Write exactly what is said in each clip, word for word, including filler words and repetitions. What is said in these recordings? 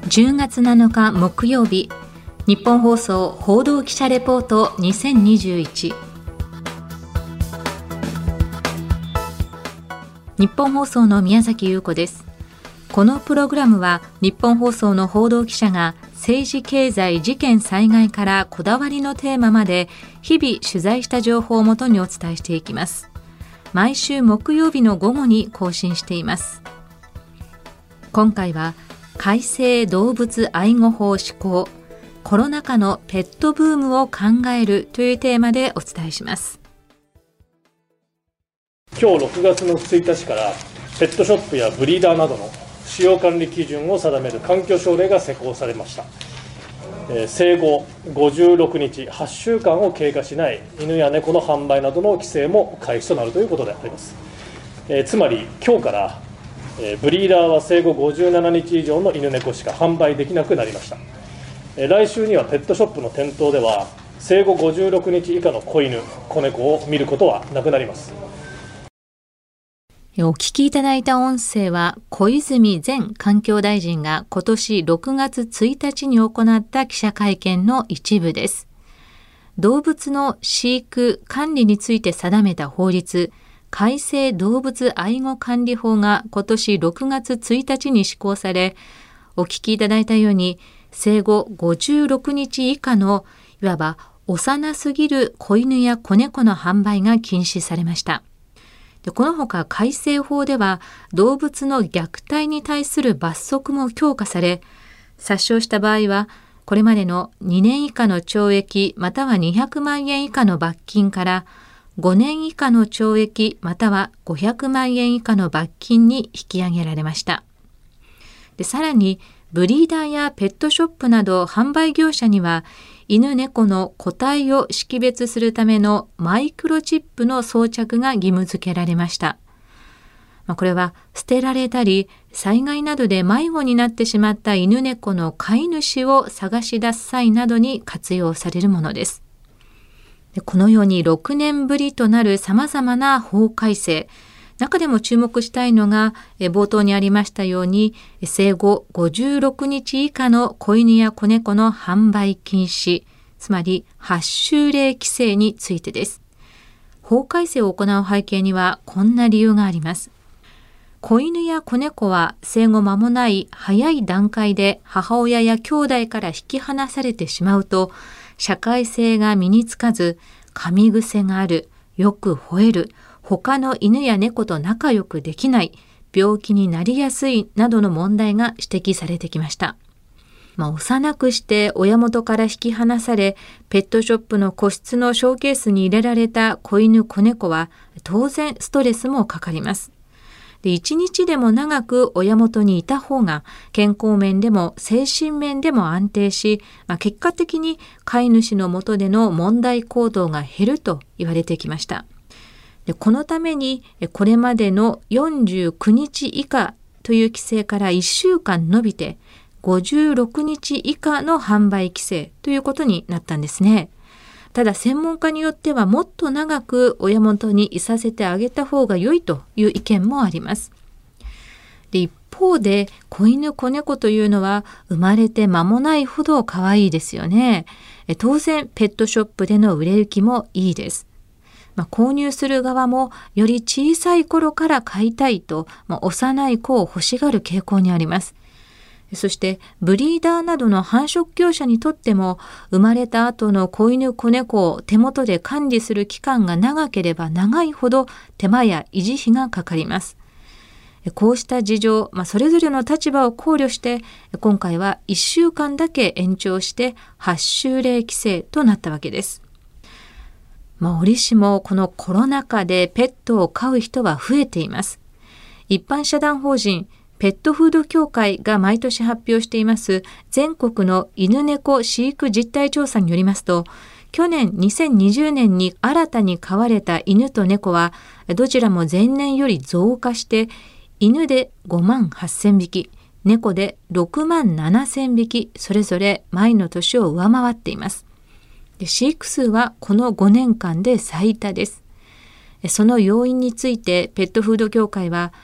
じゅうがつなのか木曜日、日本放送報道記者レポートにせんにじゅういち。日本放送の宮崎優子です。このプログラムは日本放送の報道記者が政治経済事件災害からこだわりのテーマまで日々取材した情報をもとにお伝えしていきます。毎週木曜日の午後に更新しています。今回は改正動物愛護法施行、コロナ禍のペットブームを考えるというテーマでお伝えします。 今日ろくがつのついたちからペットショップやブリーダーなどの使用管理基準を定める環境省令が施行されました。えー、生後ごじゅうろくにちはちしゅうかんを経過しない犬や猫の販売などの規制も開始となるということであります。えー、つまり今日からえー、ブリーダーは生後ごじゅうななにち以上の犬猫しか販売できなくなりました。えー、来週にはペットショップの店頭では生後ごじゅうろくにち以下の子犬子猫を見ることはなくなります。 お聞きいただいた音声は小泉前環境大臣が今年ろくがつついたちに行った記者会見の一部です。動物の飼育管理について定めた法律、改正動物愛護管理法が今年ろくがつついたちに施行され、お聞きいただいたように生後ごじゅうろくにち以下のいわば幼すぎる子犬や子猫の販売が禁止されました。でこのほか改正法では動物の虐待に対する罰則も強化され、殺傷した場合はこれまでのにねん以下の懲役またはにひゃくまんえん以下の罰金からごねん以下の懲役またはごひゃくまんえん以下の罰金に引き上げられました。でさらにブリーダーやペットショップなど販売業者には犬猫の個体を識別するためのマイクロチップの装着が義務付けられました。まあ、これは捨てられたり災害などで迷子になってしまった犬猫の飼い主を探し出す際などに活用されるものです。このようにろくねんぶりとなるさまざまな法改正、中でも注目したいのが冒頭にありましたように生後ごじゅうろくにち以下の子犬や子猫の販売禁止、つまりはちしゅうれい規制についてです。法改正を行う背景にはこんな理由があります。子犬や子猫は生後間もない早い段階で母親や兄弟から引き離されてしまうと社会性が身につかず、噛み癖がある、よく吠える、他の犬や猫と仲良くできない、病気になりやすいなどの問題が指摘されてきました。まあ、幼くして親元から引き離され、ペットショップの個室のショーケースに入れられた子犬子猫は当然ストレスもかかります。で一日でも長く親元にいた方が健康面でも精神面でも安定し、まあ、結果的に飼い主の下での問題行動が減ると言われてきました。でこのためにこれまでのよんじゅうくにち以下という規制からいっしゅうかん延びてごじゅうろくにち以下の販売規制ということになったんですね。ただ専門家によってはもっと長く親元にいさせてあげた方が良いという意見もあります。で一方で子犬子猫というのは生まれて間もないほど可愛いですよね。当然ペットショップでの売れ行きもいいです。まあ、購入する側もより小さい頃から飼いたいと、まあ、幼い子を欲しがる傾向にあります。そしてブリーダーなどの繁殖業者にとっても生まれた後の子犬子猫を手元で管理する期間が長ければ長いほど手間や維持費がかかります。こうした事情、まあ、それぞれの立場を考慮して今回はいっしゅうかんだけ延長してはちしゅうれい規制となったわけです。まあ、折しもこのコロナ禍でペットを飼う人は増えています。一般社団法人ペットフード協会が毎年発表しています全国の犬猫飼育実態調査によりますと、去年にせんにじゅうねんに新たに飼われた犬と猫はどちらも前年より増加して犬でごまんはっせんびき、猫でろくまんななせんびき、それぞれ前の年を上回っています。で飼育数はこのごねんかんで最多です。その要因についてペットフード協会は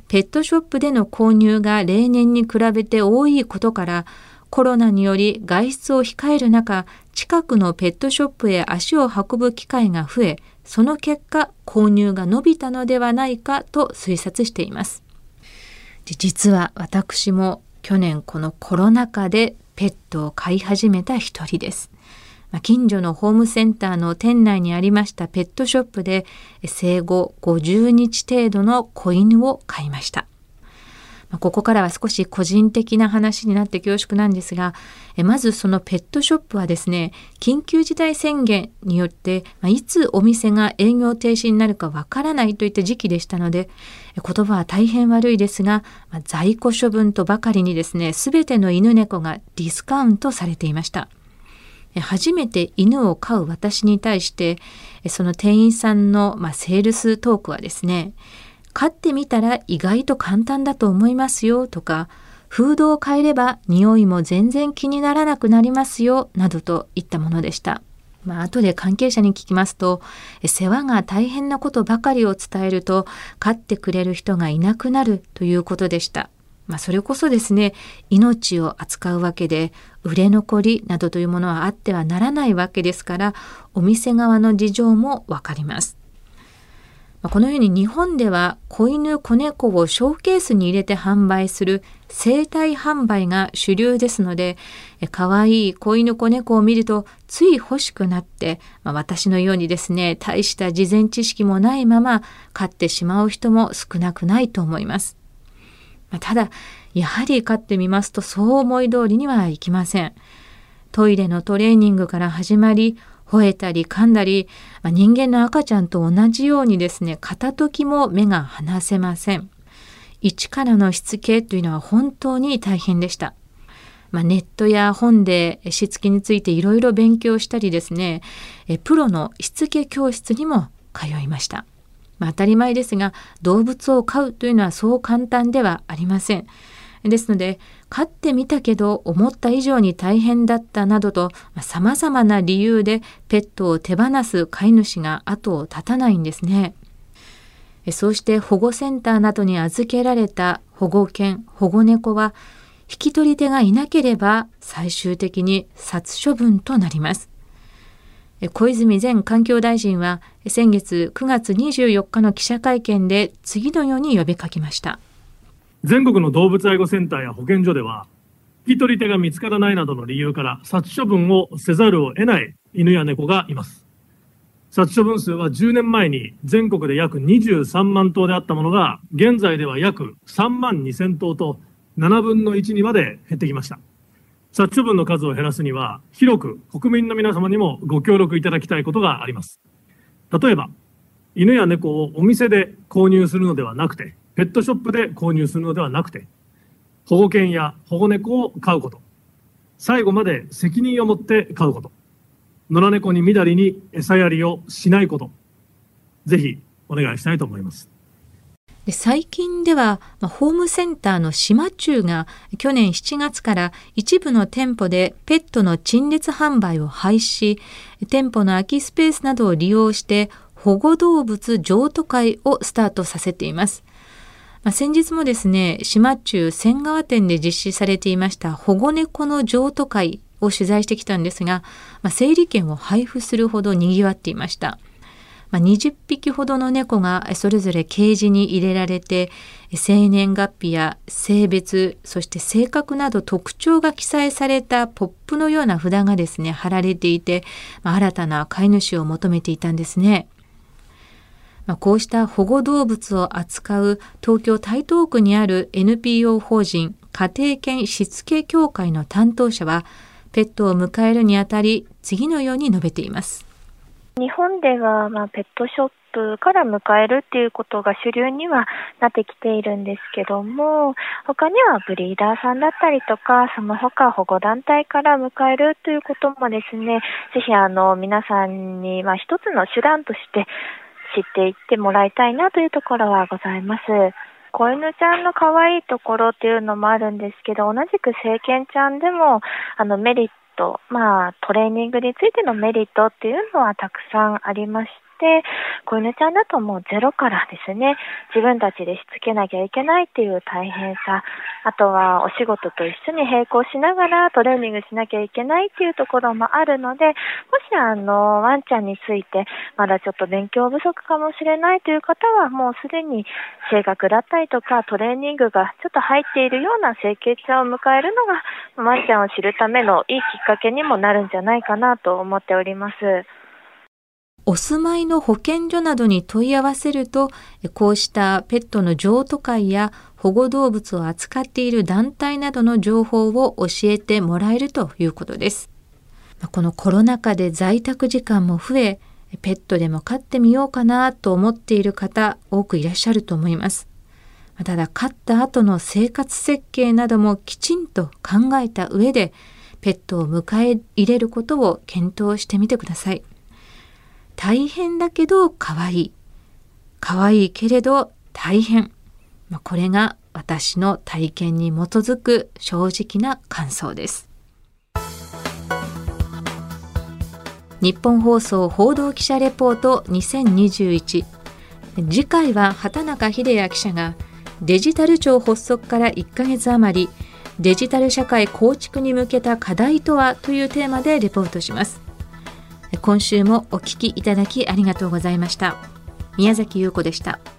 ペットショップでの購入が例年に比べて多いことから、コロナにより外出を控える中、近くのペットショップへ足を運ぶ機会が増え、その結果、購入が伸びたのではないかと推察しています。で、実は私も去年このコロナ禍でペットを飼い始めた一人です。近所のホームセンターの店内にありましたペットショップで生後ごじゅうにち程度の子犬を飼いました。ここからは少し個人的な話になって恐縮なんですが、まずそのペットショップはですね、緊急事態宣言によっていつお店が営業停止になるかわからないといった時期でしたので、言葉は大変悪いですが、在庫処分とばかりにですね、すべての犬猫がディスカウントされていました。初めて犬を飼う私に対して、その店員さんの、まあ、セールストークはですね、飼ってみたら意外と簡単だと思いますよとか、フードを変えれば匂いも全然気にならなくなりますよなどといったものでした。まあ後で関係者に聞きますと、世話が大変なことばかりを伝えると飼ってくれる人がいなくなるということでした。まあ、それこそですね、命を扱うわけで売れ残りなどというものはあってはならないわけですから、お店側の事情もわかります。まあ、このように日本では子犬子猫をショーケースに入れて販売する生体販売が主流ですので、かわいい子犬子猫を見るとつい欲しくなって、まあ、私のようにですね、大した事前知識もないまま飼ってしまう人も少なくないと思います。ただ、やはり飼ってみますとそう思い通りにはいきません。トイレのトレーニングから始まり、吠えたり噛んだり、人間の赤ちゃんと同じようにですね、片時も目が離せません。一からのしつけというのは本当に大変でした。まあ、ネットや本でしつけについていろいろ勉強したりですね、プロのしつけ教室にも通いました。まあ、当たり前ですが、動物を飼うというのはそう簡単ではありません。ですので、飼ってみたけど思った以上に大変だったなどと、さまざまな理由でペットを手放す飼い主が後を絶たないんですね。そうして保護センターなどに預けられた保護犬、保護猫は、引き取り手がいなければ最終的に殺処分となります。小泉前環境大臣は先月くがつにじゅうよっかの記者会見で次のように呼びかけました。 全国の動物愛護センターや保健所では、引き取り手が見つからないなどの理由から殺処分をせざるを得ない犬や猫がいます。殺処分数はじゅうねんまえに全国で約にじゅうさんまんとうであったものが、現在では約さんまんにせんとうとななぶんのいちにまで減ってきました。殺処分の数を減らすには、広く国民の皆様にもご協力いただきたいことがあります。例えば、犬や猫をお店で購入するのではなくて、ペットショップで購入するのではなくて、保護犬や保護猫を飼うこと、最後まで責任を持って飼うこと、野良猫にみだりに餌やりをしないこと、ぜひお願いしたいと思います。 で最近では、まあ、ホームセンターの島忠が去年しちがつから一部の店舗でペットの陳列販売を廃止し、店舗の空きスペースなどを利用して保護動物譲渡会をスタートさせています。まあ、先日もですね、島忠仙川店で実施されていました保護猫の譲渡会を取材してきたんですが、まあ、整理券を配布するほど賑わっていました。まあ、にじゅっぴきほどの猫がそれぞれケージに入れられて、生年月日や性別、そして性格など特徴が記載されたポップのような札がですね、貼られていて、まあ、新たな飼い主を求めていたんですね。まあ、こうした保護動物を扱う東京台東区にある エヌピーオー 法人家庭犬しつけ協会の担当者は、ペットを迎えるにあたり次のように述べています。 日本では、まあ、ペットショップから迎えるっていうことが主流にはなってきているんですけども、他にはブリーダーさんだったりとか、その他保護団体から迎えるということもですね、ぜひあの皆さんに、まあ、一つの手段として知っていってもらいたいなというところはございます。子犬ちゃんの可愛いところっていうのもあるんですけど、同じく成犬ちゃんでもあのメリット、まあトレーニングについてのメリットっていうのはたくさんありましで、子犬ちゃんだともうゼロからですね、自分たちでしつけなきゃいけないっていう大変さ、あとはお仕事と一緒に並行しながらトレーニングしなきゃいけないっていうところもあるので、もしあのワンちゃんについてまだちょっと勉強不足かもしれないという方は、もうすでに性格だったりとかトレーニングがちょっと入っているような成形ちゃんを迎えるのがワンちゃんを知るためのいいきっかけにもなるんじゃないかなと思っております。 お住まいの保健所などに問い合わせると、こうしたペットの譲渡会や保護動物を扱っている団体などの情報を教えてもらえるということです。このコロナ禍で在宅時間も増え、ペットでも飼ってみようかなと思っている方多くいらっしゃると思います。ただ飼った後の生活設計などもきちんと考えた上でペットを迎え入れることを検討してみてください。大変だけど可愛い。可愛いけれど大変。これが私の体験に基づく正直な感想です。日本放送報道記者レポートにせんにじゅういち。次回は畑中秀也記者がデジタル庁発足からいっかげつ余り、デジタル社会構築に向けた課題とはというテーマでレポートします。今週もお聞きいただきありがとうございました。宮崎優子でした。